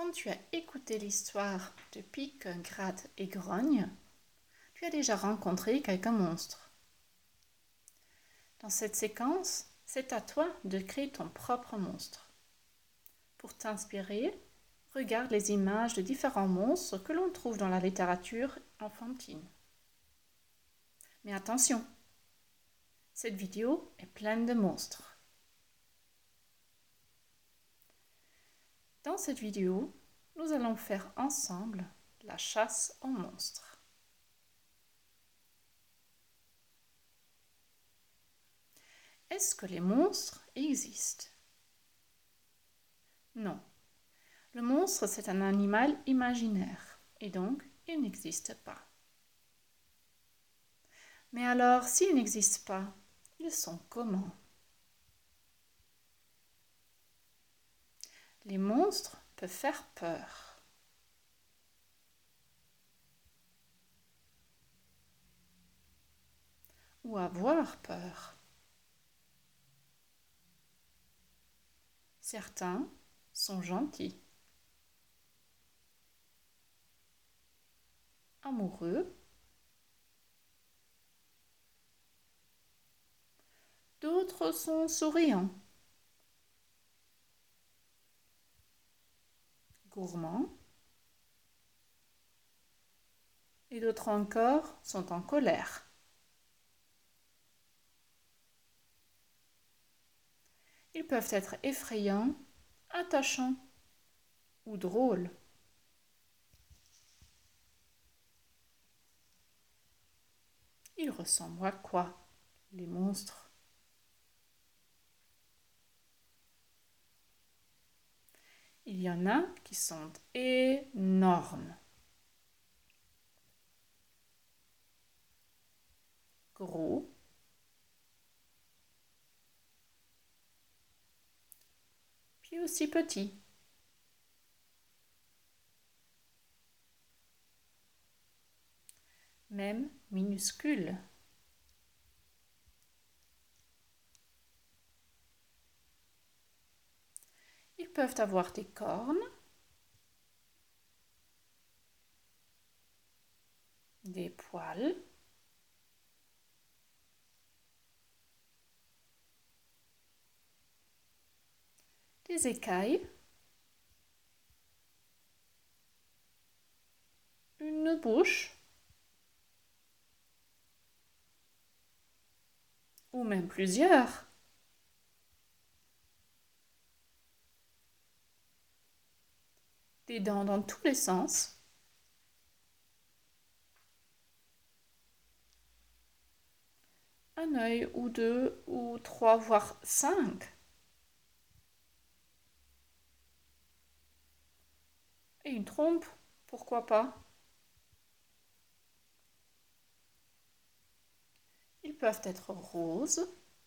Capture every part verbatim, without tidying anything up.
Quand tu as écouté l'histoire de Pic, Gratte et Grogne, tu as déjà rencontré quelques monstres. Dans cette séquence, c'est à toi de créer ton propre monstre. Pour t'inspirer, regarde les images de différents monstres que l'on trouve dans la littérature enfantine. Mais attention, cette vidéo est pleine de monstres. Dans cette vidéo, nous allons faire ensemble la chasse aux monstres. Est-ce que les monstres existent? Non. Le monstre, c'est un animal imaginaire et donc il n'existe pas. Mais alors, s'ils n'existent pas, ils sont comment? Les monstres peuvent faire peur. Ou avoir peur. Certains sont gentils, amoureux, d'autres sont souriants, gourmands, et d'autres encore sont en colère. Ils peuvent être effrayants, attachants ou drôles. Ils ressemblent à quoi, les monstres? Il y en a qui sont énormes, gros, puis aussi petits. Même minuscules. Ils peuvent avoir des cornes, des poils, des écailles, une bouche, ou même plusieurs. Des dents dans tous les sens. Un œil ou deux ou trois, voire cinq. Et une trompe, pourquoi pas? Ils peuvent être roses,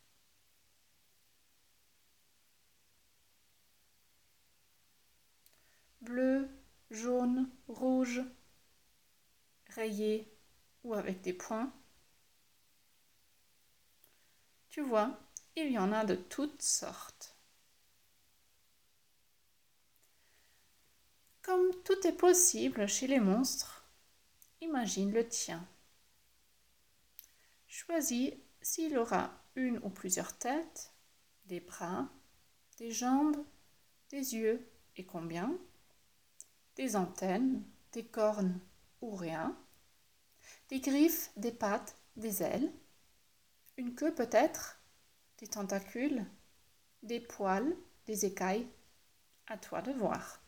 bleu, jaune, rouge, rayés ou avec des points. Tu vois, il y en a de toutes sortes. Comme tout est possible chez les monstres, imagine le tien. Choisis s'il aura une ou plusieurs têtes, des bras, des jambes, des yeux et combien, des antennes, des cornes ou rien, des griffes, des pattes, des ailes, une queue peut-être, des tentacules, des poils, des écailles. À toi de voir.